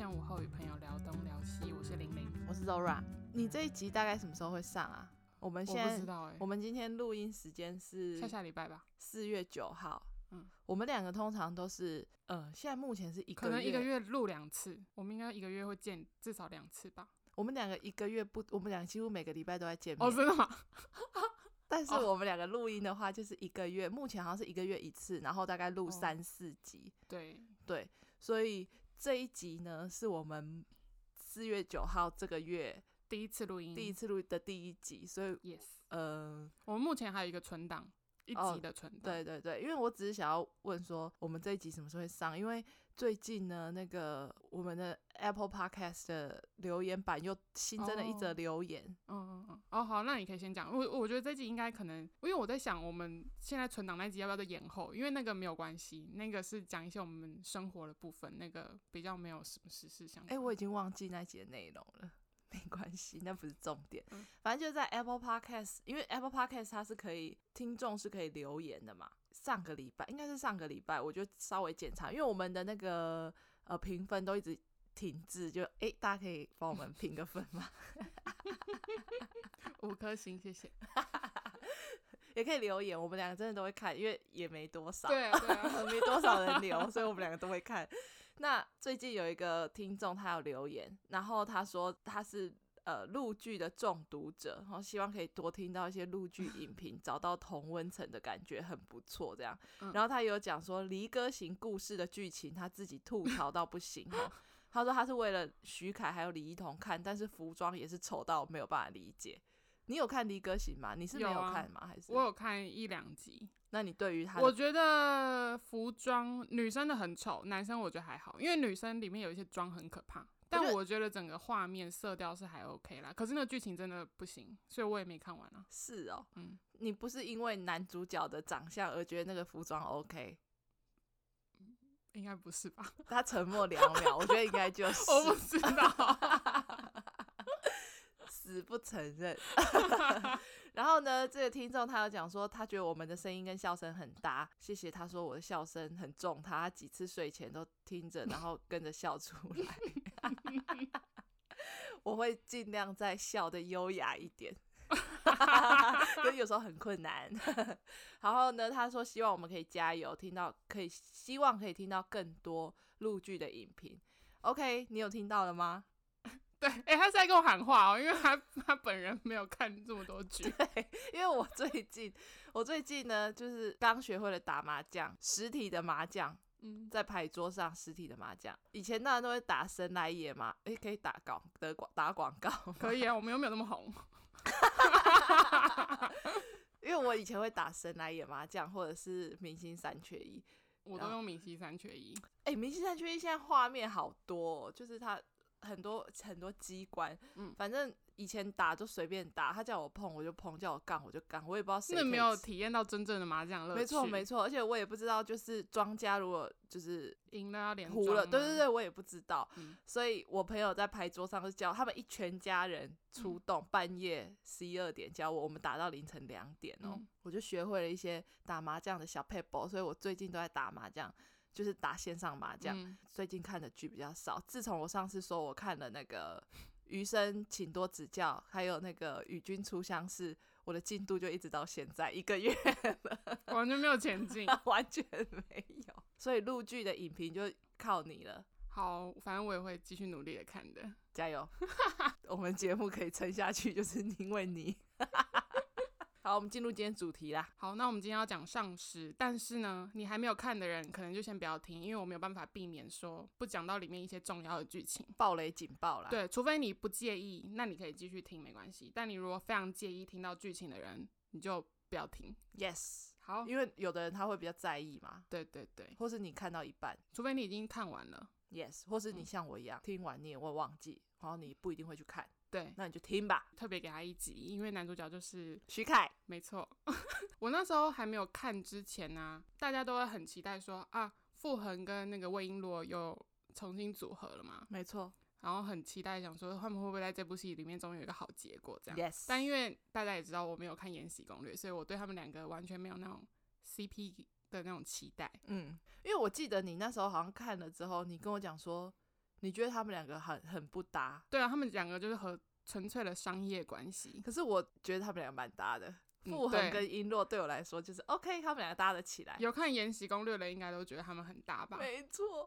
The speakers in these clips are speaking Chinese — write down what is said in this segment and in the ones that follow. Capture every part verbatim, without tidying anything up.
向午后与朋友聊东聊西，我是玲玲， 我是 Zora。你这一集大概什么时候会上啊？我们现在我不知道欸， 我们今天录音时间是下下礼拜吧， 四月九号。 嗯， 我们两个通常都是，呃，现在目前是一个月， 可能一个月录两次，我们应该一个月会见至少两次吧。 我们两个一个月不，我们两个几乎每个礼拜都在见面。 哦，真的吗？ 但是我们两个录音的话，就是一个月，目前好像是一个月一次，然后大概录三四集。 哦、对对，所以这一集呢，是我们四月九号这个月第一次录音， 第一次录的第一集，所以 yes， 呃， 我们目前还有一个存档。一集的存档、 哦、对对对，因为我只是想要问说我们这一集什么时候会上，因为最近呢那个我们的 Apple Podcast 的留言板又新增了一则留言。 哦、嗯嗯嗯，哦好，那你可以先讲。我我觉得这集应该可能，因为我在想我们现在存档那集要不要再延后，因为那个没有关系，那个是讲一些我们生活的部分，那个比较没有什么时事相关。 哎，我已经忘记那集的内容了。没关系，那不是重点、 嗯、 反正就在 Apple Podcast， 因为 Apple Podcast 它是可以听众是可以留言的嘛。上个礼拜应该是上个礼拜我就稍微检查，因为我们的那个呃评分都一直停滞，就哎大家可以帮我们评个分吗？ 五颗星谢谢。 也可以留言，我们两个真的都会看，因为也没多少， 对啊对啊没多少人留，所以我们两个都会看。那最近有一个听众他有留言，然后他说他是呃陆剧的中毒者，然后希望可以多听到一些陆剧影评，找到同温层的感觉很不错这样、嗯、然后他也有讲说离歌型故事的剧情他自己吐槽到不行哦。他说他是为了徐凯还有李一桐看，但是服装也是丑到没有办法理解。你有看离歌型吗？你是没有看吗？ 有啊、 还是我有看一两集。 那你对于他的， 我觉得服装女生的很丑，男生我觉得还好，因为女生里面有一些妆很可怕，但我觉得整个画面色调是还 OK 啦。可是那个剧情真的不行，所以我也没看完啊。 是哦， 嗯， 你不是因为男主角的长相而觉得那个服装 OK？ 应该不是吧？ 他沉默两秒，我觉得应该就是。 我不知道。 死不承认。然后呢，这个听众他有讲说他觉得我们的声音跟笑声很搭，谢谢。他说我的笑声很重他，他几次睡前都听着然后跟着笑出来。我会尽量再笑的优雅一点。可是有时候很困难。然后呢他说希望我们可以加油，听到可以希望可以听到更多陆剧的影评。 OK， 你有听到了吗？ 对，哎、欸，他是在跟我喊话哦，因为他他本人没有看这么多剧。 对，因为我最近我最近呢，就是刚学会了打麻将，实体的麻将，嗯，在牌桌上实体的麻将。以前大家都会打神来也嘛，哎、欸，可以打广的打广告， 可以啊，我们又没有那么红。 因为我以前会打神来也麻将，或者是明星三缺一， 我都用明星三缺一。 哎、欸，明星三缺一现在画面好多、哦，就是它。很多很多机关、嗯、反正以前打就随便打，他叫我碰我就碰，叫我杠我就杠，我也不知道谁可以。 那没有体验到真正的麻将乐趣。 没错没错，而且我也不知道就是庄家如果就是赢了要连胡了，对对对，我也不知道、 嗯、 所以我朋友在牌桌上就叫他们一全家人出动、嗯、半夜十一二点教我，我们打到凌晨两点哦、嗯，我就学会了一些打麻将的小撇步，所以我最近都在打麻将，就是打线上麻将、嗯、最近看的剧比较少。自从我上次说我看了那个余生请多指教还有那个与君初相识，我的进度就一直到现在一个月了， 完全没有前进。 完全没有，所以陆剧的影评就靠你了。 好，反正我也会继续努力的看的， 加油。我们节目可以撑下去就是因为你。好，我们进入今天主题啦。 好，那我们今天要讲丧尸，但是呢你还没有看的人可能就先不要听，因为我没有办法避免说不讲到里面一些重要的剧情， 暴雷警报啦。 对，除非你不介意，那你可以继续听没关系，但你如果非常介意听到剧情的人，你就不要听。 Yes， 好， 因为有的人他会比较在意嘛。 对对对， 或是你看到一半， 除非你已经看完了。 Yes， 或是你像我一样、嗯、听完你也会忘记，然后你不一定会去看， 对， 那你就听吧。 特别给他一集，因为男主角就是徐凯， 没错。我那时候还没有看之前啊，大家都会很期待说啊，傅恒跟那个魏璎珞又重新组合了嘛， 没错， 然后很期待想说他们会不会在这部戏里面终于有一个好结果这样。 Yes， 但因为大家也知道我没有看延禧攻略，所以我对他们两个完全没有那种 C P 的那种期待。 嗯，因为我记得你那时候好像看了之后你跟我讲说你觉得他们两个很很不搭？ 对啊，他们两个就是和纯粹的商业关系。 可是我觉得他们两个蛮搭的，傅嗯恒跟璎珞对我来说就是 OK， 他们两个搭得起来。 有看《延禧攻略》的应该都觉得他们很搭吧？ 没错。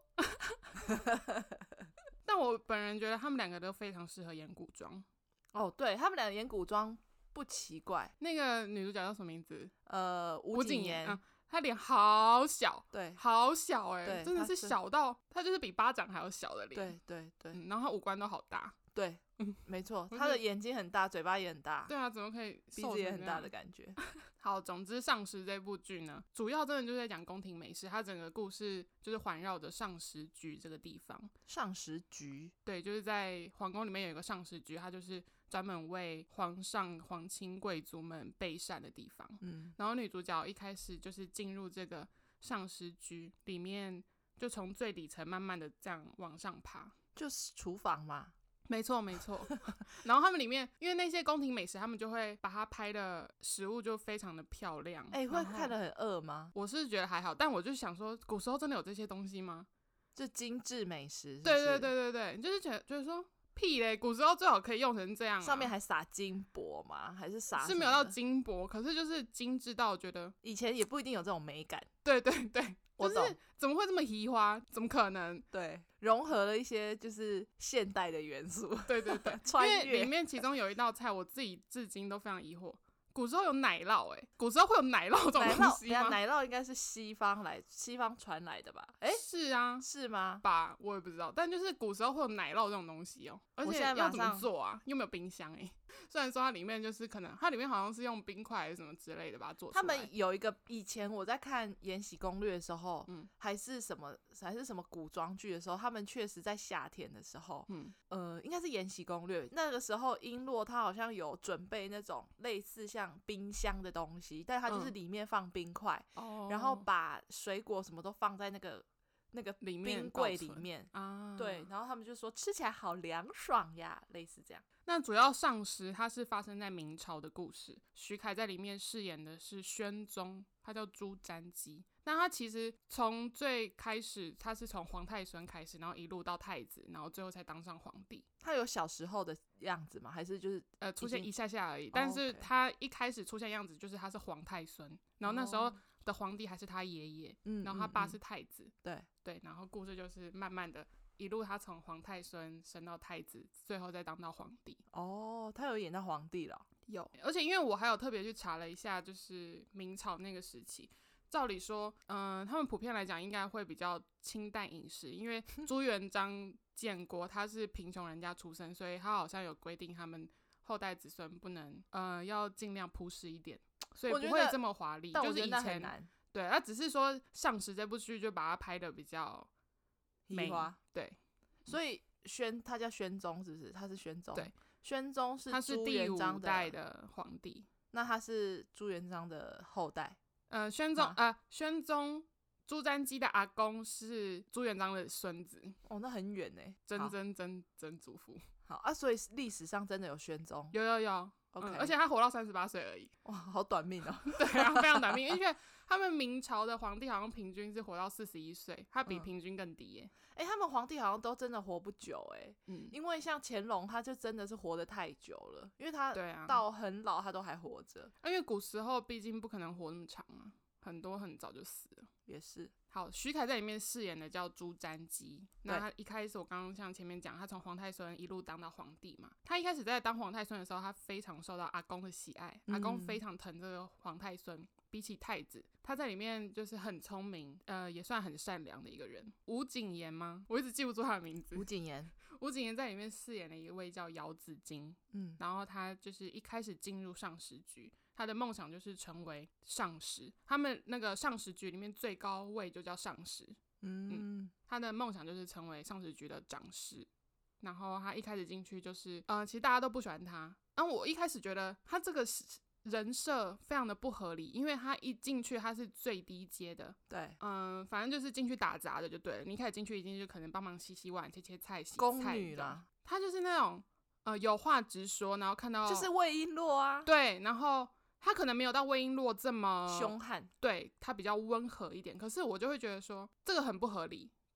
但我本人觉得他们两个都非常适合演古装。 哦，对，他们两个演古装不奇怪。 那个女主角叫什么名字？ 呃， 吴谨言。嗯，她脸好小， 对， 好小哎、 对， 真的是小到她就是比巴掌还要小的脸。 对对对、 嗯，然后她五官都好大。 对，没错，她的眼睛很大，嘴巴也很大。 对啊，怎么可以鼻子也很大的感觉。 好，总之上食这部剧呢，主要真的就是在讲宫廷美食，它整个故事就是环绕着上食局这个地方。 上食局， 对，就是在皇宫里面有一个上食局，它就是专门为皇上、皇亲贵族们备膳的地方。 嗯， 然后女主角一开始就是进入这个上食局里面，就从最底层慢慢的这样往上爬， 就是厨房嘛。 没错没错。然后他们里面因为那些宫廷美食，他们就会把它拍的食物就非常的漂亮。 哎、欸，会看得很饿吗？ 我是觉得还好，但我就想说古时候真的有这些东西吗？ 就精致美食是不是？ 对对对对对，你就是觉得觉得说屁嘞，古时候最好可以用成这样、啊、 上面还撒金箔吗？还是撒是没有到金箔，可是就是精致到觉得以前也不一定有这种美感。 对对对， 我懂， 就是怎么会这么移花？怎么可能？ 对，融合了一些就是现代的元素。 对对对， 穿越。 因为里面其中有一道菜，我自己至今都非常疑惑。古时候有奶酪哎、欸，古时候会有奶酪这种东西吗？ 奶酪应该是西方来，西方传来的吧？哎、欸， 是啊， 是吗？ 吧，我也不知道。但就是古时候会有奶酪这种东西哦、喔，而且要怎么做啊？又没有冰箱哎、欸。虽然说它里面就是可能它里面好像是用冰块还是什么之类的把它做出来。 他们有一个以前我在看《延禧攻略》的时候，嗯，还是什么还是什么古装剧的时候，他们确实在夏天的时候，嗯，呃，应该是《延禧攻略》那个时候，璎珞她好像有准备那种类似像冰箱的东西，但它就是里面放冰块，嗯，然后把水果什么都放在那个那个冰柜里面啊，对，然后他们就说吃起来好凉爽呀，类似这样。 那主要上食它是发生在明朝的故事，徐凯在里面饰演的是宣宗，他叫朱瞻基。那他其实从最开始，他是从皇太孙开始，然后一路到太子，然后最后才当上皇帝。 他有小时候的样子吗？还是就是呃出现一下下而已？但是他一开始出现样子就是他是皇太孙，然后那时候的皇帝还是他爷爷，哦，然后他爸是太子。嗯嗯嗯，对对，然后故事就是慢慢的。一路他从皇太孙升到太子，最后再当到皇帝。 哦，他有演到皇帝了？ 有，而且因为我还有特别去查了一下，就是明朝那个时期，照理说，嗯、呃，他们普遍来讲应该会比较清淡饮食，因为朱元璋建国他是贫穷人家出身，所以他好像有规定他们后代子孙不能，呃，要尽量朴实一点，所以不会这么华丽。就是以前，对，他只是说上食这部剧就把它拍的比较。 美花对， 所以宣他叫宣宗是不是？他是宣宗， 对， 宣宗是他是第五代的皇帝， 那他是朱元璋的后代。 呃，宣宗呃，宣宗朱瞻基的阿公是朱元璋的孙子。 哦，那很远呢， 曾曾曾曾祖父。 好啊，所以历史上真的有宣宗？ 有有有。 OK， 嗯，而且他活到三十八岁而已。 哇，好短命哦。 对啊，非常短命，因为他们明朝的皇帝好像平均是活到四十一岁，他比平均更低耶。 哎、嗯欸，他们皇帝好像都真的活不久哎。嗯，因为像乾隆，他就真的是活得太久了，因为他到很老他都还活着。 啊，因为古时候毕竟不可能活那么长啊，很多很早就死了。 也是。 好，徐凯在里面饰演的叫朱瞻基。那他一开始我刚刚像前面讲，他从皇太孙一路当到皇帝嘛。他一开始在当皇太孙的时候，他非常受到阿公的喜爱，嗯、阿公非常疼这个皇太孙。比起太子，他在里面就是很聪明，呃，也算很善良的一个人。吴谨言吗？我一直记不住他的名字。 吴谨言， 吴谨言在里面饰演了一位叫姚子京，嗯，然后他就是一开始进入上食局。他的梦想就是成为上食，他们那个上食局里面最高位就叫上食，嗯, 嗯，他的梦想就是成为上食局的长侍。然后他一开始进去就是，呃，其实大家都不喜欢他。然后我一开始觉得他这个人设非常的不合理，因为他一进去他是最低阶的， 对， 嗯，反正就是进去打杂的就对了。你一开始进去一进去就可能帮忙洗洗碗、切切菜、洗菜， 宫女啦。 他就是那种，呃，有话直说，然后看到就是魏璎珞啊， 对，然后。他可能没有到魏璎珞这么凶悍， 对他比较温和一点，可是我就会觉得说这个很不合理，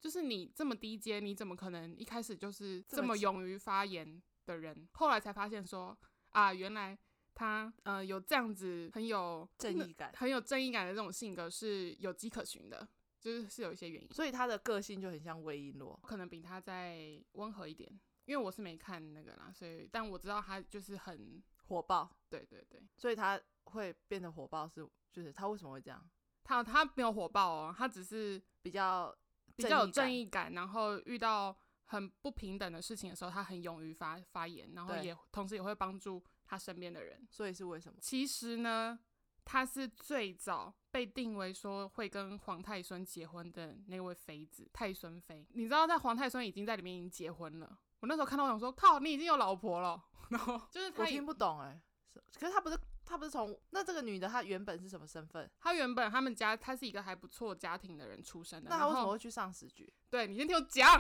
就是你这么低阶，你怎么可能一开始就是这这么么勇于发言的人？后来才发现说啊，原来他呃有这样子很有正义感， 很有正义感的这种性格是有迹可循的，就是是有一些原因， 所以他的个性就很像魏璎珞， 可能比他再温和一点。因为我是没看那个啦，所以但我知道他就是很火爆， 对对对， 所以他会变得火爆是，就是他为什么会这样？ 他他没有火爆哦，他只是比较比较有正义感，然后遇到很不平等的事情的时候，他很勇于发发言，然后也同时也会帮助他身边的人。 所以是为什么？ 其实呢，他是最早被定为说会跟皇太孙结婚的那位妃子太孙妃。你知道，在皇太孙已经在里面已经结婚了。我那时候看到，我想说，靠，你已经有老婆了。然后就是他， 我听不懂哎、欸，可是他不是他不是从那这个女的，她原本是什么身份？ 她原本他们家她是一个还不错家庭的人出身的。 那她为什么会去上十局？ 对，你先听我讲。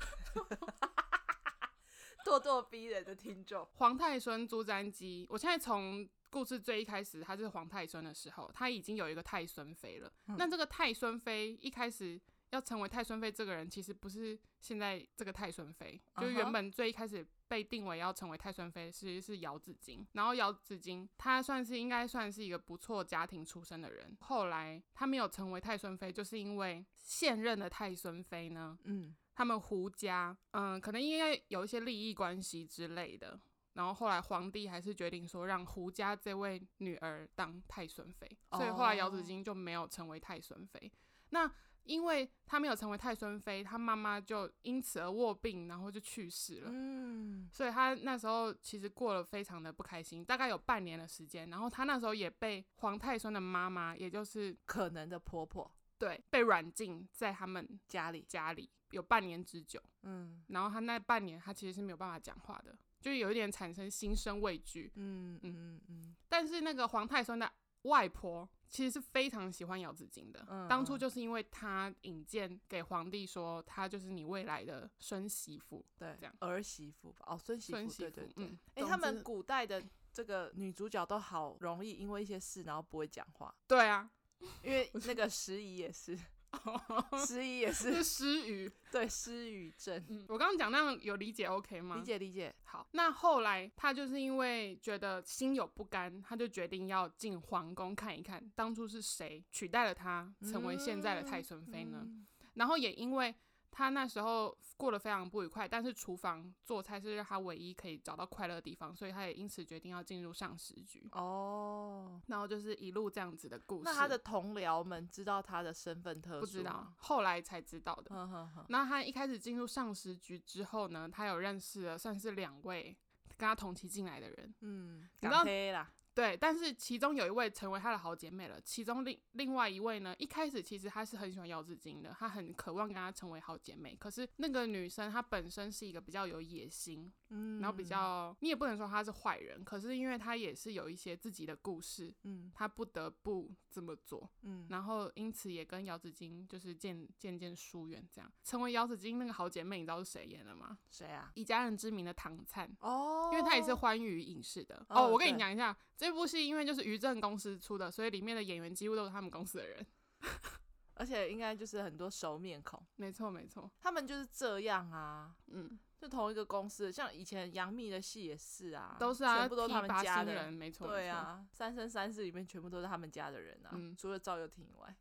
咄咄逼人的听众。 皇太孙朱瞻基，我现在从故事最一开始，他是皇太孙的时候，他已经有一个太孙妃了。嗯、那这个太孙妃一开始要成为太孙妃，这个人其实不是现在这个太孙妃，就是原本最一开始被定为要成为太孙妃，其实是姚子衿。然后姚子衿他算是应该算是一个不错家庭出身的人，后来他没有成为太孙妃，就是因为现任的太孙妃呢，嗯，他们胡家，嗯，可能应该有一些利益关系之类的。然后后来皇帝还是决定说让胡家这位女儿当太孙妃，所以后来姚子衿就没有成为太孙妃。那因为他没有成为太孙妃，他妈妈就因此而卧病，然后就去世了。嗯，所以他那时候其实过得非常的不开心，大概有半年的时间。然后他那时候也被皇太孙的妈妈，也就是可能的婆婆， 对，被软禁在他们家里， 家里有半年之久。嗯，然后他那半年他其实是没有办法讲话的，就有一点产生心生畏惧。嗯嗯嗯。但是那个皇太孙的外婆其实是非常喜欢姚子衿的，嗯、当初就是因为他引荐给皇帝说，他就是你未来的孙媳妇， 对， 这样儿媳妇吧，哦，孙媳妇， 孙媳妇， 对对对。 嗯， 哎、欸，他们古代的这个女主角都好容易因为一些事，然后不会讲话。 对啊， 因为那个时宜也是。失语也是， 是失语， 对，失语症。 嗯，我刚刚讲那样有理解 OK 吗？ 理解理解。 好，那后来他就是因为觉得心有不甘，他就决定要进皇宫看一看，当初是谁取代了他，成为现在的太孙妃呢？嗯嗯、然后也因为他那时候过得非常不愉快，但是厨房做菜是让他唯一可以找到快乐的地方，所以他也因此决定要进入上十局。哦，然后就是一路这样子的故事。 那他的同僚们知道他的身份特殊吗？ 不知道，后来才知道的。呵呵呵。那他一开始进入上十局之后呢，他有认识了算是两位跟他同期进来的人。嗯，你知道啦。对，但是其中有一位成为他的好姐妹了，其中另另外一位呢，一开始其实他是很喜欢姚子衿的，他很渴望跟他成为好姐妹。可是那个女生她本身是一个比较有野心，嗯，然后比较你也不能说她是坏人，可是因为她也是有一些自己的故事，嗯，她不得不这么做，嗯，然后因此也跟姚子衿就是渐渐渐疏远，这样成为姚子衿那个好姐妹。你知道是谁演的吗？ 谁啊？ 以家人之名的唐灿哦，因为她也是欢娱影视的哦。我跟你讲一下。这部戏因为就是于正公司出的，所以里面的演员几乎都是他们公司的人， 而且应该就是很多熟面孔。 没错没错， 他们就是这样啊，嗯，就同一个公司，像以前杨幂的戏也是啊， 都是啊， 全部都是他们家的人，没错， 对啊，《三生三世》里面全部都是他们家的人啊，嗯、除了赵又廷以外。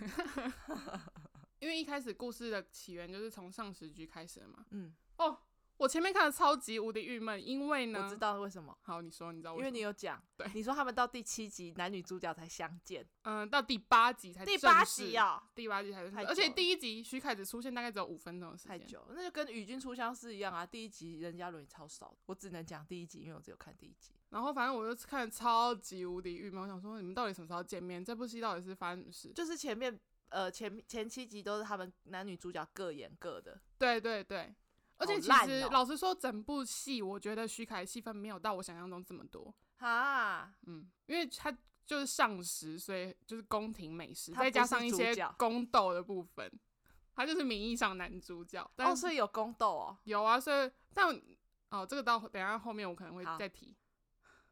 因为一开始故事的起源就是从上十局开始的嘛，嗯，哦。我前面看的超级无敌郁闷，因为呢， 我知道为什么。 好，你说，你知道为什么？ 因为你有讲， 对， 你说他们到第七集男女主角才相见， 嗯，到第八集才正式， 第八集啊、哦， 第八集才正式，而且第一集徐凯子出现大概只有五分钟的时间， 太久，那就跟与君初相识一样啊。第一集任嘉伦超少，我只能讲第一集，因为我只有看第一集。 然后反正我就看超级无敌郁闷，我想说你们到底什么时候见面？这部戏到底是发生什么事？ 就是前面呃前前七集都是他们男女主角各演各的， 对对对。而且其实、哦、老实说，整部戏我觉得徐凯戏份没有到我想象中这么多啊，嗯，因为他就是上时，所以就是宫廷美食，再加上一些宫斗的部分，他就是名义上男主角。但哦，所以有宫斗哦， 有啊，所以但哦，这个到等一下后面我可能会再提。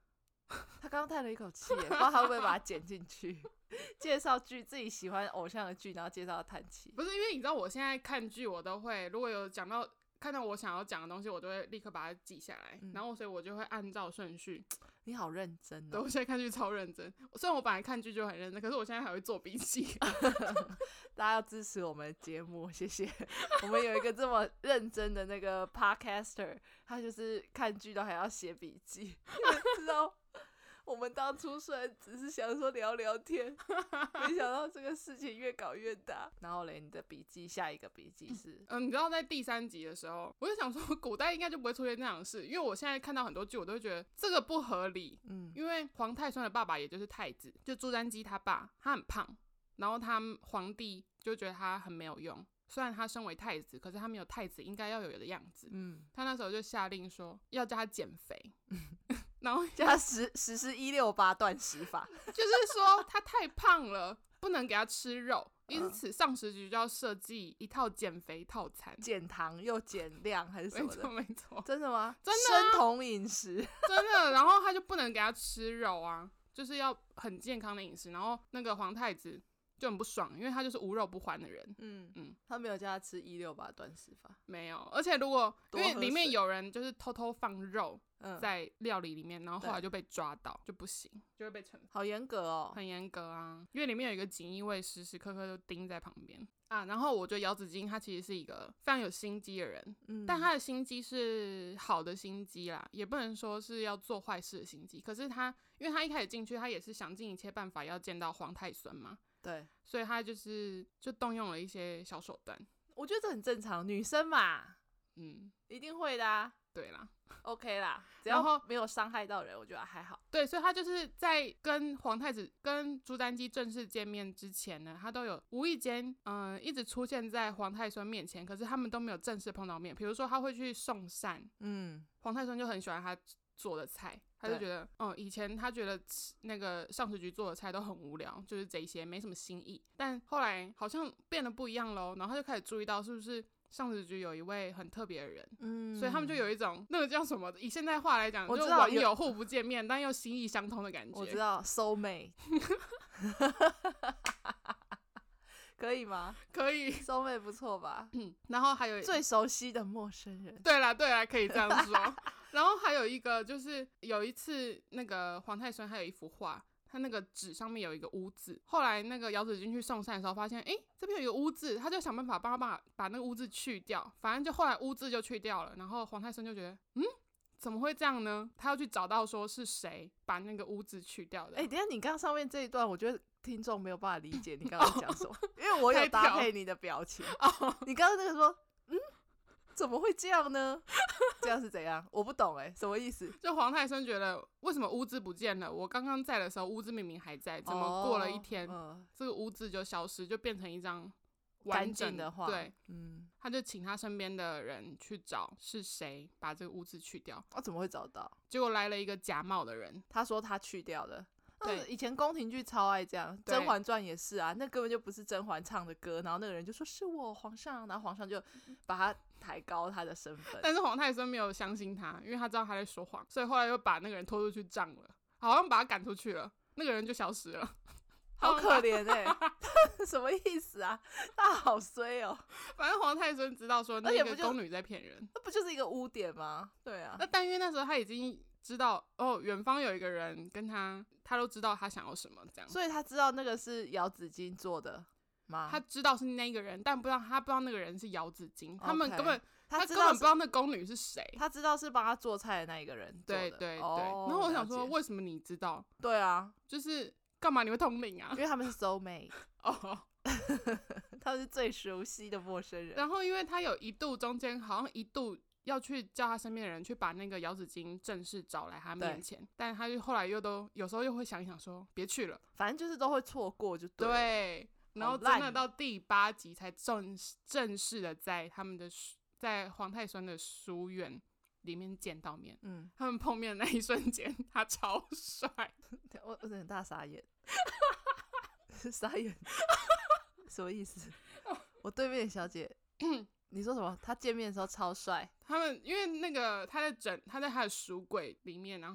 他刚刚叹了一口气耶，不知道他会不会把它剪进去。介绍剧，自己喜欢偶像的剧，然后介绍叹气。 不是因为你知道我现在看剧，我都会如果有讲到看到我想要讲的东西，我都会立刻把它记下来，嗯、然后所以我就会按照顺序。 你好认真哦！ 对，我现在看剧超认真。虽然我本来看剧就很认真，可是我现在还会做笔记。 大家要支持我们的节目，谢谢。我们有一个这么认真的那个 podcaster， 他就是看剧都还要写笔记，知道？我们当初虽然只是想说聊聊天，没想到这个事情越搞越大。然后嘞，你的笔记下一个笔记是， 嗯，你知道在第三集的时候，我就想说古代应该就不会出现这样的事，因为我现在看到很多剧，我都会觉得这个不合理。嗯，因为皇太孙的爸爸也就是太子，就朱瞻基他爸，他很胖，然后他皇帝就觉得他很没有用。虽然他身为太子，可是他没有太子应该要有的样子。嗯，他那时候就下令说要叫他减肥，然后叫他实实施一六八断食法， 就是说他太胖了，不能给他吃肉，因此上食局就要设计一套减肥套餐， 减糖又减量还是什么的？ 没错没错， 真的吗？ 真的、啊， 生酮饮食， 真的。然后他就不能给他吃肉啊，就是要很健康的饮食。然后那个皇太子就很不爽，因为他就是无肉不欢的人。嗯嗯，他没有叫他吃一六八断食法， 没有。而且如果因为里面有人就是偷偷放肉在料理里面，然后后来就被抓到，就不行，就会被惩罚。 好严格哦， 很严格啊，因为里面有一个锦衣卫时时刻刻都盯在旁边啊。然后我觉得姚子衿他其实是一个非常有心机的人，嗯、但他的心机是好的心机啦，也不能说是要做坏事的心机。可是他，因为他一开始进去，他也是想尽一切办法要见到皇太孙嘛。 对， 所以他就是就动用了一些小手段， 我觉得这很正常，女生嘛，嗯，一定会的啊。 对啦 ，OK 啦，只要没有伤害到人，我觉得还好。 对，所以他就是在跟皇太子、跟朱瞻基正式见面之前呢，他都有无意间，嗯、呃，一直出现在皇太孙面前，可是他们都没有正式碰到面。比如说他会去送膳，嗯，皇太孙就很喜欢他做的菜，他就觉得，嗯，以前他觉得那个上食局做的菜都很无聊，就是这些没什么新意，但后来好像变得不一样咯，然后他就开始注意到是不是上食局有一位很特别的人，嗯，所以他们就有一种那个叫什么，以现代话来讲，就网友互不见面，但又心意相通的感觉。 我知道 ，soul mate， 可以吗？ 可以 ，soul mate 不错吧？ 嗯，然后还有最熟悉的陌生人。 对啦，对啦，可以这样说。然后还有一个就是有一次那个皇太孙还有一幅画，他那个纸上面有一个污渍，后来那个姚子衿去送膳的时候发现，哎，这边有一个污渍，他就想办法帮他把把那个污渍去掉，反正就后来污渍就去掉了。然后皇太孙就觉得，嗯，怎么会这样呢？他要去找到说是谁把那个污渍去掉的。 哎，等一下你刚刚上面这一段，我觉得听众没有办法理解你刚刚讲什么，因为我有搭配你的表情。你刚刚那个说，嗯。怎么会这样呢？这样是怎样？我不懂哎、欸，什么意思？ 就皇太孙觉得为什么污渍不见了？我刚刚在的时候，污渍明明还在，怎么过了一天，哦嗯、这个污渍就消失，就变成一张完整的画？ 对，嗯，他就请他身边的人去找是谁把这个污渍去掉。 我、哦、怎么会找到？ 结果来了一个假冒的人， 他说他去掉的。 对、 嗯，以前宫廷剧超爱这样，《甄嬛传》也是啊，那根本就不是甄嬛唱的歌，然后那个人就说是我皇上，然后皇上就把他抬高他的身份。 但是皇太孙没有相信他，因为他知道他在说谎，所以后来又把那个人拖出去杖了，好像把他赶出去了，那个人就消失了。 好可怜哎、欸，什么意思啊？他好衰哦。 反正皇太孙知道说那个宫女在骗人， 那不就是一个污点吗？对啊。 那但因为那时候他已经知道哦，远方有一个人跟他，他都知道他想要什么，这样。 所以他知道那个是姚子衿做的吗？ 他知道是那个人，但不知道他不知道那个人是姚子衿， okay, 他们根本他根本不知道那宫女是谁。 他知道是帮他做菜的那一个人做的。 对对对。 哦、 然后我想说，为什么你知道？ 对啊， 就是干嘛你会通灵啊？ 因为他们是 soul mate 哦。他们是最熟悉的陌生人。 然后因为他有一度中间好像一度要去叫他身边的人去把那个姚子衿正式找来他面前，但他就后来又都有时候又会想一想说别去了， 反正就是都会错过就对了。 对，然后真的到第八集才正正式的在他们的在皇太孙的书院里面见到面。嗯，他们碰面的那一瞬间，他超帅， 我我很大傻眼，傻眼，什么意思？我对面的小姐。你说什么？他见面的时候超帅。 他们因为那个他在整，他在他的书柜里面，然后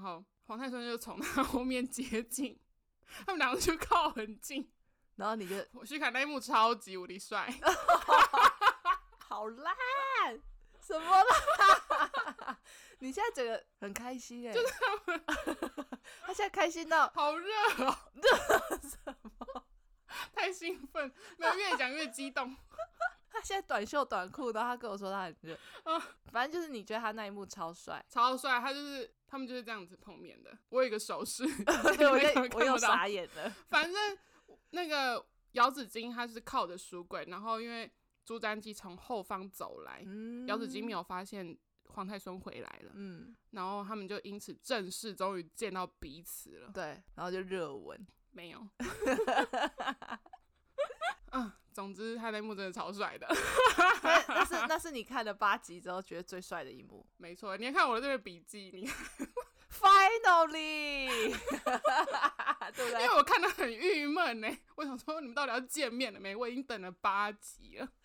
黄太孙就从他后面接近，他们两个就靠很近， 然后你就徐凯那一幕超级无敌帅， 好烂，什么啦？你现在整个很开心哎、欸， 就是他们， 他现在开心到好热哦， 热什么？ 太兴奋，没有越讲越激动。 他现在短袖短裤，然后他跟我说他很热， 嗯， 反正就是你觉得他那一幕超帅， 超帅，他就是他们就是这样子碰面的。我有一个手势， 对，我又我又傻眼了。 反正那个姚子衿他是靠着书柜，然后因为朱瞻基从后方走来， 嗯， 姚子衿没有发现黄太孙回来了， 嗯， 然后他们就因此正式终于见到彼此了。 对，然后就热吻， 没有。嗯，总之他那幕真的超帅的。 那那是那是你看了八集之后觉得最帅的一幕。 没错，你看看我的这个笔记，你看 ，finally， 对不对？ 因为我看得很郁闷呢，我想说你们到底要见面了没？我已经等了八集了。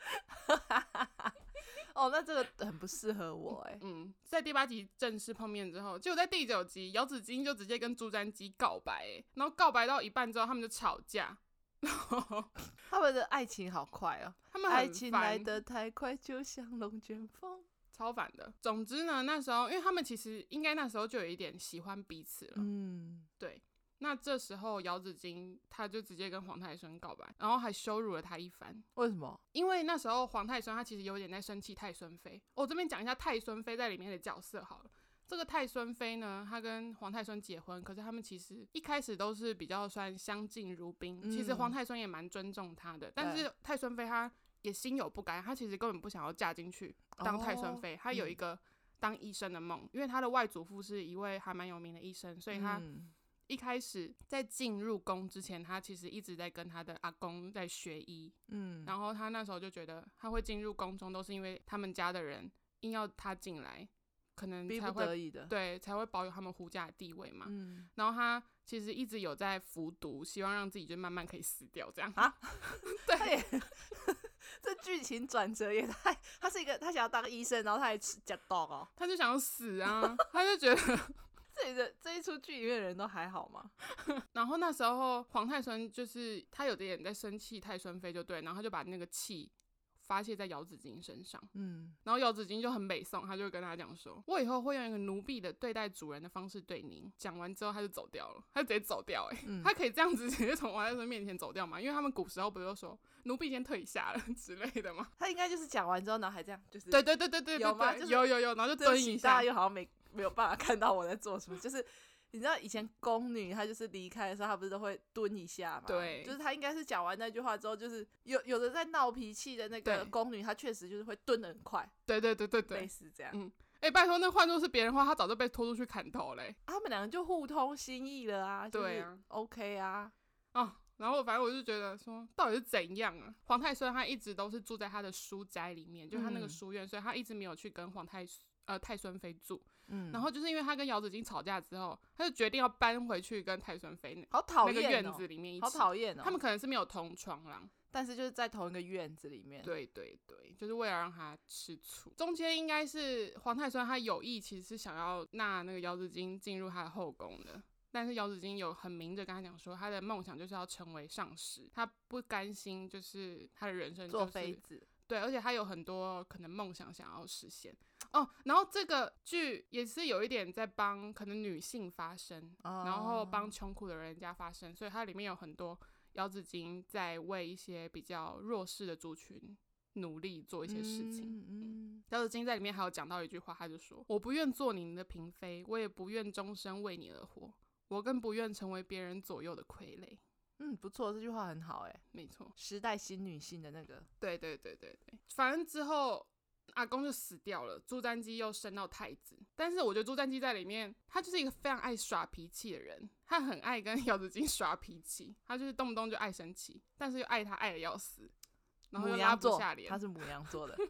哦，那这个很不适合我哎。 嗯，在第八集正式碰面之后，结果在第九集，姚子衿就直接跟朱瞻基告白，哎，然后告白到一半之后，他们就吵架。 他们的爱情好快哦， 他们很爱情来得太快，就像龙卷风， 超烦的。总之呢，那时候因为他们其实应该那时候就有一点喜欢彼此了， 嗯， 对。那这时候姚子衿他就直接跟黄太孙告白，然后还羞辱了他一番。 为什么？ 因为那时候黄太孙他其实有点在生气太孙妃。我、哦、这边讲一下太孙妃在里面的角色好了。这个太孙妃呢，她跟黄太孙结婚，可是他们其实一开始都是比较算相敬如宾、嗯、其实黄太孙也蛮尊重她的，但是太孙妃她也心有不甘，她其实根本不想要嫁进去当太孙妃、哦、她有一个当医生的梦、嗯、因为她的外祖父是一位还蛮有名的医生，所以她一开始在进入宫之前，她其实一直在跟她的阿公在学医，嗯，然后她那时候就觉得她会进入宫中都是因为他们家的人硬要她进来，可能才会逼不得已的， 对，才会保有他们胡家的地位嘛。 嗯， 然后他其实一直有在服毒，希望让自己就慢慢可以死掉这样啊。 对， 这剧情转折也太……他是一个他想要当医生，然后他还吃假刀哦， 他就想要死啊，他就觉得这里的这一出剧里面的人都还好吗？ 然后那时候黄太孙就是他有点在生气太孙妃就对，然后他就把那个气发泄在姚子衿身上，嗯，然后姚子衿就很北宋，他就跟他讲说，我以后会用一个奴婢的对待主人的方式对您。讲完之后他就走掉了，他就直接走掉、欸，哎、嗯，他可以这样子直接从王太孙面前走掉吗？因为他们古时候不是说奴婢先退下了之类的吗？ 他应该就是讲完之后，然后还这样，就是对对对对对对，有吗？就是、有有有，然后就蹲一下， 大家又好像没没有办法看到我在做什么，就是。你知道以前宫女她就是离开的时候，她不是都会蹲一下嘛？ 对， 就是她应该是讲完那句话之后，就是有有的在闹脾气的那个宫女，她确实就是会蹲得很快。 对对对对对， 类似这样。 嗯，哎、欸，拜托，那换作是别人的话，他早就被拖出去砍头嘞、欸啊。他们两个就互通心意了啊， 对啊 ，OK 啊。 哦，然后反正我就觉得说，到底是怎样啊？黄太孙他一直都是住在他的书斋里面，就是他那个书院，嗯、所以他一直没有去跟黄太呃太孙妃住。嗯，然后就是因为他跟姚子衿吵架之后，他就决定要搬回去跟太孙妃好讨厌、哦、 那个院子里面一起。 好讨厌哦！ 他们可能是没有同床啦， 但是就是在同一个院子里面。 对对对，就是为了让他吃醋。中间应该是黄太孙他有意其实是想要纳那个姚子衿进入他的后宫的，但是姚子衿有很明着跟他讲说，他的梦想就是要成为上士，他不甘心就是他的人生、就是、 做妃子。 对，而且他有很多可能梦想想要实现哦。然后这个剧也是有一点在帮可能女性发声，哦、然后帮穷苦的人家发声，所以它里面有很多姚子衿在为一些比较弱势的族群努力做一些事情。嗯嗯，姚子衿在里面还有讲到一句话，他就说：“我不愿做您的嫔妃，我也不愿终身为你而活，我更不愿成为别人左右的傀儡。” 嗯，不错，这句话很好哎， 没错， 时代新女性的那个， 对对对对对，反正之后阿公就死掉了，朱瞻基又升到太子，但是我觉得朱瞻基在里面，他就是一个非常爱耍脾气的人，他很爱跟姚子衿耍脾气，他就是动不动就爱生气，但是又爱他爱的要死，然后又拉不下脸， 他是牡羊座的，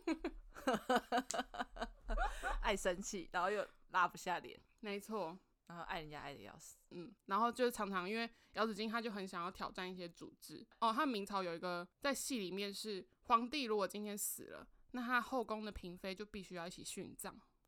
爱生气，然后又拉不下脸， 没错。 然后爱人家爱的要死， 嗯，然后就是常常因为姚子衿他就很想要挑战一些主制哦。他明朝有一个在戏里面是皇帝如果今天死了，那他后宫的嫔妃就必须要一起殉葬。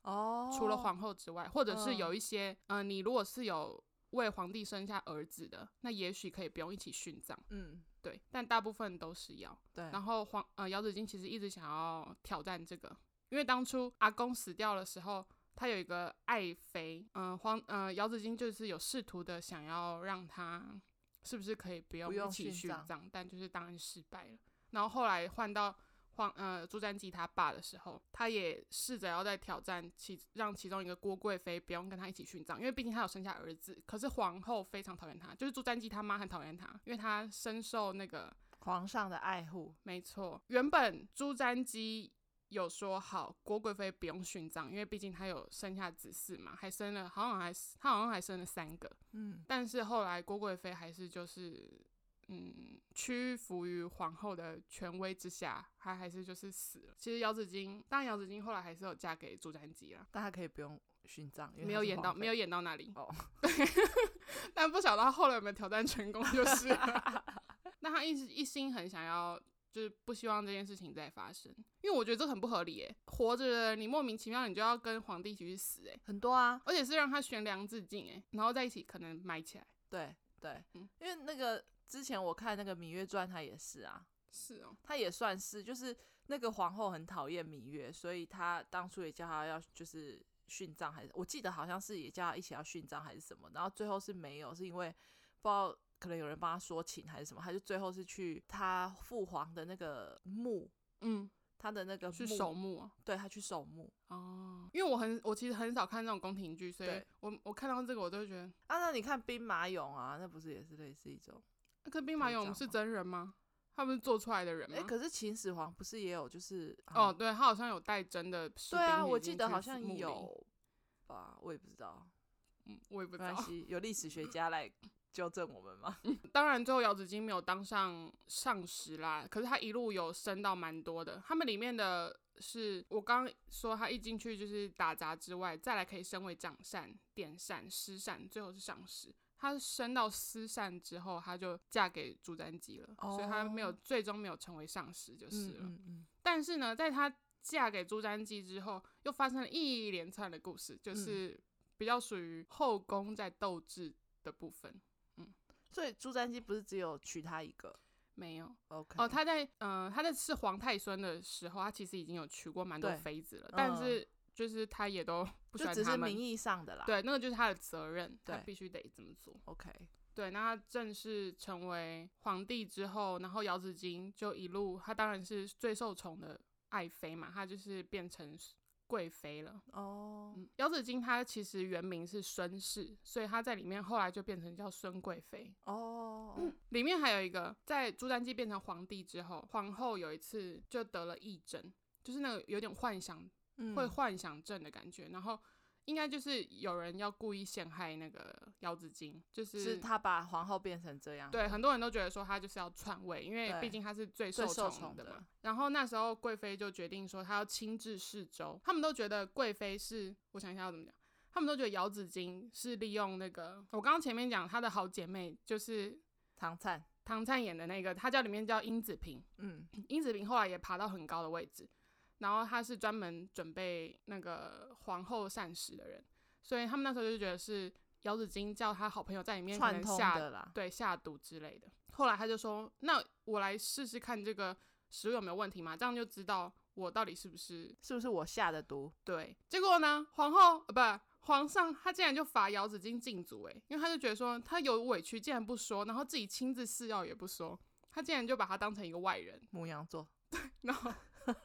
哦， 除了皇后之外，或者是有嗯一些，嗯、呃，你如果是有为皇帝生下儿子的，那也许可以不用一起殉葬， 嗯， 对，但大部分都是要。 对， 然后皇呃姚子衿其实一直想要挑战这个，因为当初阿公死掉的时候，他有一个爱妃，嗯、呃、皇呃姚子衿就是有试图的想要让他是不是可以不用不用一起殉葬殉葬，但就是当然失败了。然后后来换到皇呃朱瞻基他爸的时候，他也试着要再挑战其让其中一个郭贵妃不用跟他一起殉葬，因为毕竟他有生下儿子。可是皇后非常讨厌他，就是朱瞻基他妈很讨厌他，因为他深受那个皇上的爱护。 没错，原本朱瞻基有说好郭贵妃不用殉葬，因为毕竟他有生下子嗣嘛，还生了好像还他好像还生了三个， 嗯， 但是后来郭贵妃还是就是嗯屈服于皇后的权威之下，她还是就是死了。其实姚子衿，当然姚子衿后来还是有嫁给朱瞻基啦， 但他可以不用殉葬，因为没有演到他是皇妃没有演到那里哦， 对，但不晓得他后来有没有挑战成功就是了那他一直一心很想要。就是不希望这件事情再发生，因为我觉得这很不合理耶。活着的人你莫名其妙你就要跟皇帝一起去死哎， 很多啊， 而且是让他悬梁自尽哎，然后在一起可能埋起来。 对对、 嗯， 因为那个之前我看那个《芈月传》，他也是啊， 是哦， 他也算是，就是那个皇后很讨厌芈月，所以他当初也叫他要就是殉葬，还是我记得好像是也叫他一起要殉葬还是什么，然后最后是没有，是因为不知道可能有人帮他说情还是什么，他就最后是去他父皇的那个墓， 嗯， 他的那个去墓守墓哦。 对，他去守墓哦，因为我很我其实很少看那种宫廷剧，所以对我我看到这个我都会觉得， 啊。那你看兵马俑啊，那不是也是类似一种？ 那可兵马可以这样吗俑是真人吗？他们是做出来的人吗？ 哎、可是秦始皇不是也有就是哦，对，他好像有带真的士兵对啊，我记已经去得好像墓里， 有吧，我也不知道， 嗯，我也不没知道关。系，有历史学家来纠正我们吗？ 当然，最后姚子衿没有当上上使啦，可是他一路有升到蛮多的。他们里面的是我刚刚说，他一进去就是打杂之外，再来可以升为长善、典善、师善，最后是上使。他升到司善之后，他就嫁给朱瞻基了， 哦所以他没有最终没有成为上使就是了。 嗯嗯但是呢，在他嫁给朱瞻基之后，又发生了一连串的故事，就是比较属于后宫在斗智的部分。 所以朱瞻基不是只有娶她一个没有 ？OK， 哦，他在嗯、呃，他在是皇太孙的时候，他其实已经有娶过蛮多对妃子了， 嗯但是就是他也都不喜就欢他们。 只是名义上的啦。 对，那个就是他的责任，他对必须得这么做。 ，OK， 对，那他正式成为皇帝之后，然后姚子衿就一路，他当然是最受宠的爱妃嘛，他就是变成贵妃了。 哦， 嗯，姚子衿她其实原名是孙氏，所以她在里面后来就变成叫孙贵妃。 哦， 里面还有一个，在朱瞻基变成皇帝之后，皇后有一次就得了癔症，就是那个有点幻想， 嗯会幻想症的感觉，然后应该就是有人要故意陷害那个姚子衿，就是是他把皇后变成这样。 对，很多人都觉得说他就是要篡位，因为对毕竟他是最最受受宠的宠的嘛。然后那时候贵妃就决定说，她要亲自侍周。他们都觉得贵妃是，我想一下要怎么讲，他们都觉得姚子衿是利用那个，我刚刚前面讲她的好姐妹就是唐灿， 唐灿演的那个，她叫里面叫殷子平。 嗯， 殷子平后来也爬到很高的位置，然后她是专门准备那个皇后膳食的人，所以他们那时候就觉得是姚子衿叫他好朋友在里面可串通能下的啦。 对下毒之类的。后来他就说，那我来试试看这个食物有没有问题嘛，这样就知道我到底是不是是不是我下的毒？ 对。结果呢，皇后呃不皇上他竟然就罚姚子衿禁足诶，因为他就觉得说他有委屈竟然不说，然后自己亲自试药也不说，他竟然就把他当成一个外人。 牧羊座， 然后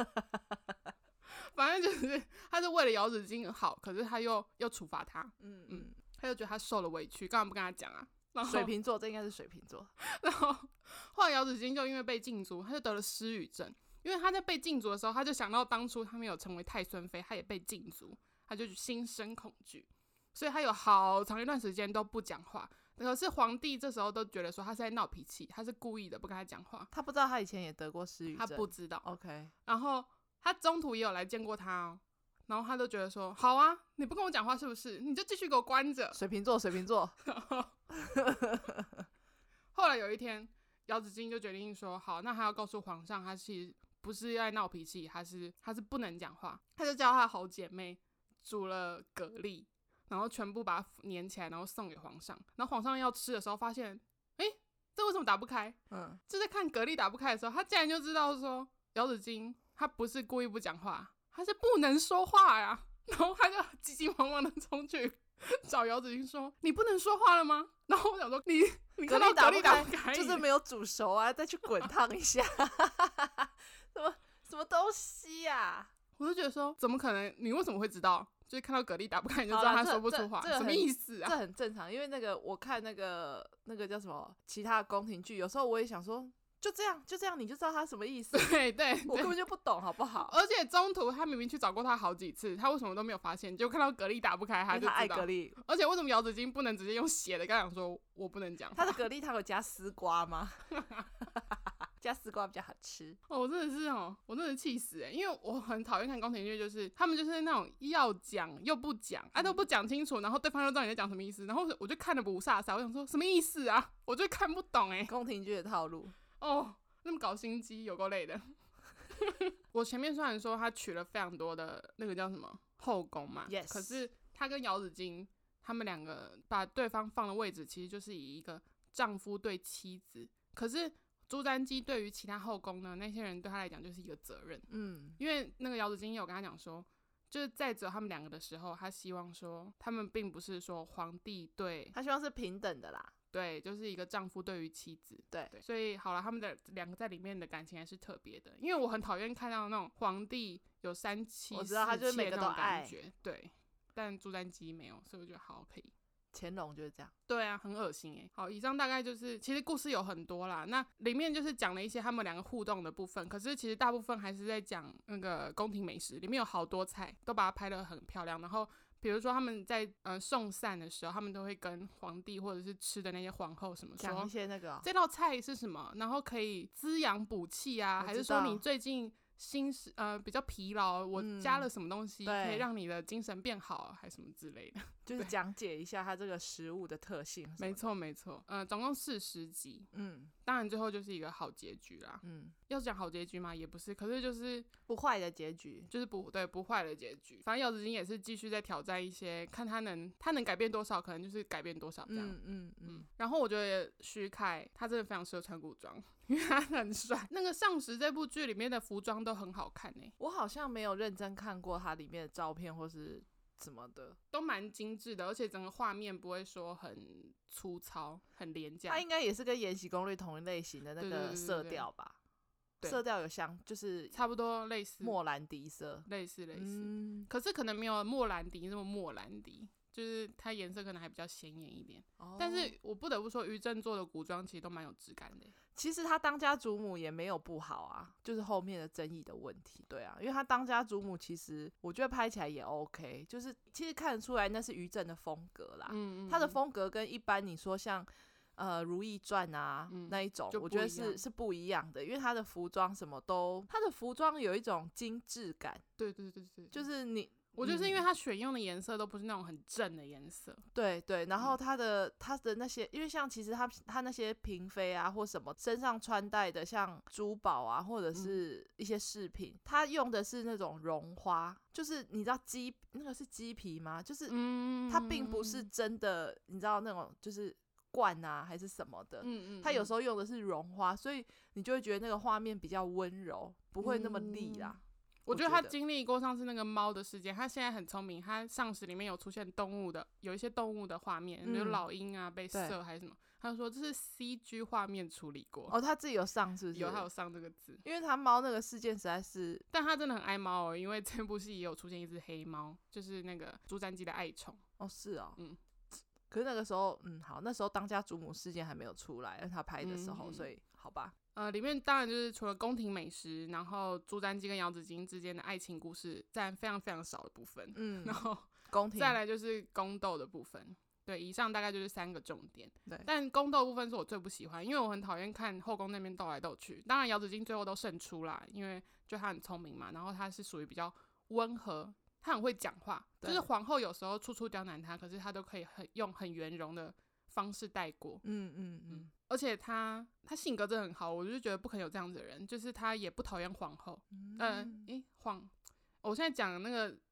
反正就是他是为了姚子衿好，可是他又又处罚他， 嗯嗯， 他就觉得他受了委屈，干嘛不跟他讲啊？然后水瓶座，这应该是水瓶座。 然后后来姚子衿就因为被禁足，他就得了失语症。因为他在被禁足的时候，他就想到当初他没有成为太孙妃，他也被禁足，他就心生恐惧，所以他有好长一段时间都不讲话。可是皇帝这时候都觉得说他是在闹脾气，他是故意的不跟他讲话， 他不知道他以前也得过失语症， 他不知道。 OK， 然后他中途也有来见过他哦，然后他都觉得说好啊，你不跟我讲话是不是？你就继续给我关着。 水瓶座，水瓶座。 然后后来有一天，姚子衿就决定说好，那他要告诉皇上，他其实不是在闹脾气，他是他是不能讲话，他就叫他好姐妹煮了蛤蜊，然后全部把它粘起来，然后送给皇上。然后皇上要吃的时候，发现，哎，这为什么打不开？嗯，就在看蛤蜊打不开的时候，他竟然就知道说，姚子衿他不是故意不讲话，他是不能说话呀。然后他就急急忙忙的冲去找姚子衿说：“你不能说话了吗？”然后我想说：“你你看到蛤蜊打不开， 就是没有煮熟啊，再去滚烫一下，什么什么东西呀、啊？” 我就觉得说，怎么可能？你为什么会知道？就是看到蛤蜊打不开，你就知道他说不出话，什么意思啊？ 这很正常，因为那个我看那个那个叫什么其他的宫廷剧，有时候我也想说。就这样，就这样，你就知道他什么意思。 对 对, 对， 我根本就不懂，好不好？ 而且中途他明明去找过他好几次，他为什么都没有发现？就看到蛤蜊打不开，他就知道。 他爱蛤蜊。 而且为什么姚子衿不能直接用写的跟他讲说，我不能讲？ 他的蛤蜊他有加丝瓜吗？加丝瓜比较好吃。 哦，我真的是哦，我真的气死哎！因为我很讨厌看宫廷剧，就是他们就是那种要讲又不讲，啊都不讲清楚，然后对方又知道你在讲什么意思，然后我就看得不飒飒，我想说什么意思啊？我就看不懂哎。 宫廷剧的套路哦。那么搞心机有够累的。我前面虽然说他娶了非常多的那个叫什么后宫嘛， yes. 可是他跟姚子衿他们两个把对方放的位置其实就是以一个丈夫对妻子，可是朱瞻基对于其他后宫呢，那些人对他来讲就是一个责任。嗯，因为那个姚子衿有跟他讲说，就是在只有他们两个的时候，他希望说他们并不是说皇帝对他希望是平等的啦。 对，就是一个丈夫对于妻子。 对, 对，所以好了，他们的两个在里面的感情还是特别的，因为我很讨厌看到那种皇帝有三妻四妾那种感觉。对，但朱瞻基没有，所以我觉得好可以。 乾隆就是这样。 对啊，很恶心哎。好，以上大概就是其实故事有很多啦，那里面就是讲了一些他们两个互动的部分，可是其实大部分还是在讲那个宫廷美食，里面有好多菜都把它拍得很漂亮，然后比如说他们在呃送膳的时候，他们都会跟皇帝或者是吃的那些皇后什么说讲一些那个、哦、 这道菜是什么，然后可以滋养补气啊，还是说你最近心呃比较疲劳，我加了什么东西、嗯、可以让你的精神变好，还是什么之类的， 就是讲解一下它这个食物的特性。 没错没错，呃，总共四十集，嗯，当然最后就是一个好结局啦。嗯，要讲好结局嘛，也不是，可是就是不坏的结局， 就是不对不坏的结局。反正姚子衿也是继续在挑战一些，看他能他能改变多少，可能就是改变多少这样。嗯嗯嗯。然后我觉得徐凯他真的非常适合穿古装。因为他很帅，那个上时这部剧里面的服装都很好看欸。 我好像没有认真看过他里面的照片或是什么的， 都蛮精致的，而且整个画面不会说很粗糙很廉价。 他应该也是跟《延禧攻略》同一类型的那个色调吧，对对对对对，色调有像就是差不多类似莫兰迪色， 类似类似、嗯、可是可能没有莫兰迪那么莫兰迪，就是它颜色可能还比较显眼一点、哦、但是我不得不说于正做的古装其实都蛮有质感的。 其实他当家主母也没有不好啊，就是后面的争议的问题。对啊，因为他当家主母其实我觉得拍起来也 OK， 就是其实看得出来那是于正的风格啦。嗯嗯，他的风格跟一般你说像呃《如懿传》啊、嗯、那一种我觉得是是不一样的，因为他的服装什么都他的服装有一种精致感。 对对对对， 就是你我觉得是因为他选用的颜色都不是那种很正的颜色。 对对，然后他的他的那些，因为像其实他他那些嫔妃啊或什么身上穿戴的像珠宝啊或者是一些饰品、嗯、他用的是那种绒花，就是你知道鸡那个是鸡皮吗？就是他并不是真的你知道那种就是冠啊还是什么的，嗯嗯，他有时候用的是绒花，所以你就会觉得那个画面比较温柔，不会那么利啦。嗯， 我觉得他经历过上次那个猫的事件，他现在很聪明，他上时里面有出现动物的，有一些动物的画面，比如老鹰啊被射还是什么，他就说这是 C G 画面处理过。 哦，他自己有上是不是？ 有，他有上这个字， 因为他猫那个事件实在是， 但他真的很爱猫哦，因为这部戏也有出现一只黑猫，就是那个朱瞻基的爱宠。 哦，是哦，嗯。可是那个时候，嗯，好，那时候当家主母事件还没有出来，他拍的时候，嗯、所以好吧。 呃，里面当然就是除了宫廷美食，然后朱瞻基跟姚子衿之间的爱情故事占非常非常少的部分，嗯，然后宫廷再来就是宫斗的部分。对，以上大概就是三个重点。对，但宫斗部分是我最不喜欢，因为我很讨厌看后宫那边斗来斗去。当然姚子衿最后都胜出啦，因为就他很聪明嘛，然后他是属于比较温和。他很会讲话，就是皇后有时候处处刁难他，可是他都可以很用很圆融的方式带过。嗯嗯嗯，而且他他性格真的很好，我就觉得不可能有这样子的人，就是他也不讨厌皇后。嗯，呃，诶，皇，我现在讲那个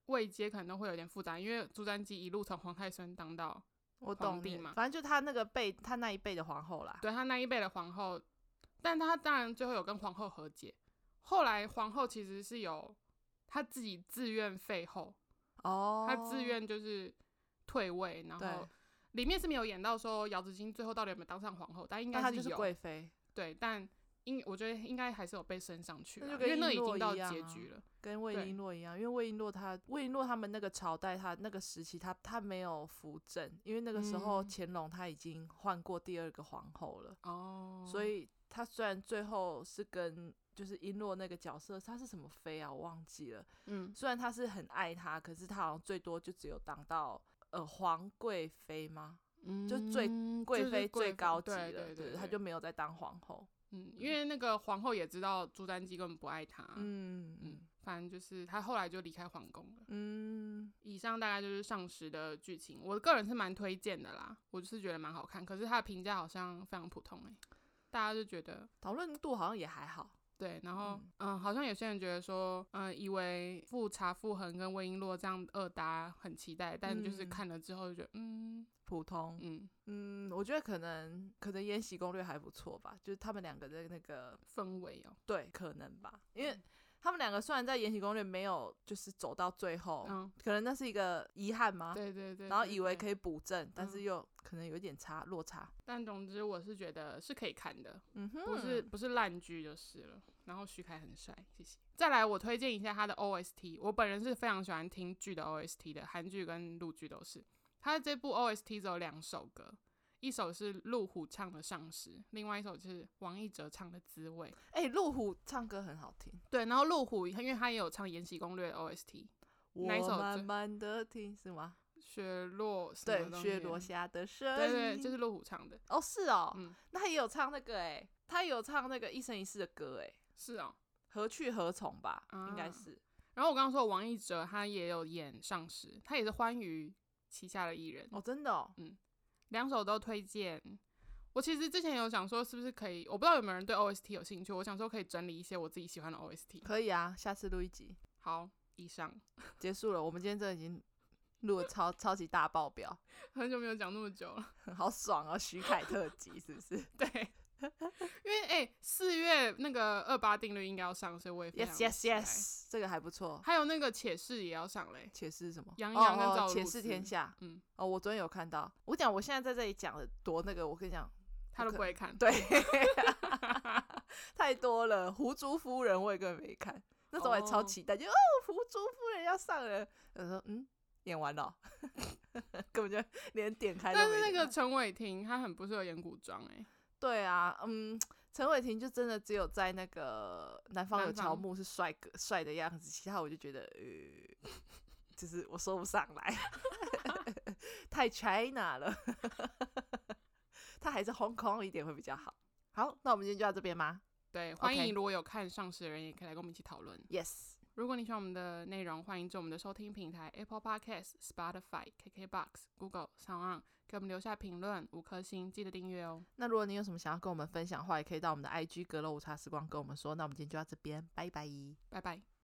位阶可能都会有点复杂，因为朱瞻基一路从皇太孙当到我懂皇帝嘛， 反正就他那个辈，他那一辈的皇后啦。 对他那一辈的皇后，但他当然最后有跟皇后和解。后来皇后其实是有他自己自愿废后， 哦， 他自愿就是退位，然后里面是没有演到说姚子衿最后到底有没有当上皇后，但应该是有， 但她就是贵妃。 对，但应我觉得应该还是有被升上去啦， 那就跟因为那已经到璎珞结局了。 跟魏璎珞一样，因为魏璎珞他魏璎珞他们那个朝代，他那个时期他他没有扶正，因为那个时候乾隆他已经换过第二个皇后了， 哦、 所以他虽然最后是跟就是璎珞那个角色，他是什么妃啊，我忘记了。嗯，虽然他是很爱他，可是他好像最多就只有当到呃皇贵妃吗？嗯，就最贵妃最高级了， 对对 对, 对， 他就没有再当皇后。 嗯，因为那个皇后也知道朱瞻基根本不爱她。 嗯嗯，反正就是他后来就离开皇宫了。嗯，以上大概就是上时的剧情，我个人是蛮推荐的啦，我就是觉得蛮好看，可是他的评价好像非常普通哎、欸，大家就觉得讨论度好像也还好。 对，然后 嗯, 嗯，好像有些人觉得说，嗯，以为富察傅恒跟魏璎珞这样二搭很期待，但就是看了之后就觉得，嗯， 普通，嗯嗯，我觉得可能可能《延禧攻略》还不错吧，就是他们两个的那个氛围哦， 对，可能吧，因为他们两个虽然在《延禧攻略》没有就是走到最后，嗯，可能那是一个遗憾吗？ 对对 对, 对， 然后以为可以补正，但是又可能有一点差落差。 但总之我是觉得是可以看的，嗯哼，不是不是烂剧就是了。然后徐凯很帅，谢谢。再来，我推荐一下他的 O S T， 我本人是非常喜欢听剧的 O S T 的，韩剧跟陆剧都是。他这部 O S T 只有两首歌，一首是陆虎唱的《上时》，另外一首是王一哲唱的《滋味》。 哎、欸，陆虎唱歌很好听。 对，然后陆虎因为他也有唱《延禧攻略》的 O S T， 哪一首？ 我慢慢的听是吗？ 雪落什么对，雪落下的声音， 对对，就是陆虎唱的。 哦，是哦，嗯，那他也有唱那个哎、欸，他也有唱那个一生一世的歌哎、欸， 是哦， 何去何从吧，啊、应该是。 然后我刚刚说王一哲他也有演上时，他也是欢娱旗下的艺人哦，真的哦， 嗯，两首都推荐。我其实之前有想说是不是可以，我不知道有没有人对 O S T 有兴趣，我想说可以整理一些我自己喜欢的 O S T。 可以啊，下次录一集。 好，以上结束了，我们今天真的已经录了超超级大爆表， 很久没有讲那么久了， 好爽哦！徐凯特辑是不是？ 对。因为哎，四、欸、月那个二八定律应该要上，所以我也非常 yes yes yes， 这个还不错。 还有那个且试也要上嘞、欸， 且试什么？ 杨洋跟赵露思， 且试天下。嗯，哦，我昨天有看到。我讲，我现在在这里讲的多那个，我跟你讲， 他都不会看。 对，太多了。狐珠夫人我也根本没看，那时候还超期待，就哦，狐珠夫人要上了。我说嗯，演完了、喔，根本就连点开都没点开。 但是那个陈伟霆他很不适合演古装哎、欸。 对啊，嗯，陈伟霆就真的只有在那个南方有乔木是帅哥帅的样子，其他我就觉得呃，就是我说不上来，太 China 了，他还是 Hong Kong 一点会比较好。好，那我们今天就到这边吗？ 对，欢迎如果有看上时的人也可以来跟我们一起讨论。 Yes。 如果你喜欢我们的内容，欢迎至我们的收听平台 Apple Podcast、Spotify、K K Box、Google、SoundOn 给我们留下评论，五颗星，记得订阅哦。 那如果你有什么想要跟我们分享的话，也可以到我们的 I G 阁楼午茶时光跟我们说。那我们今天就到这边，拜拜， 拜拜。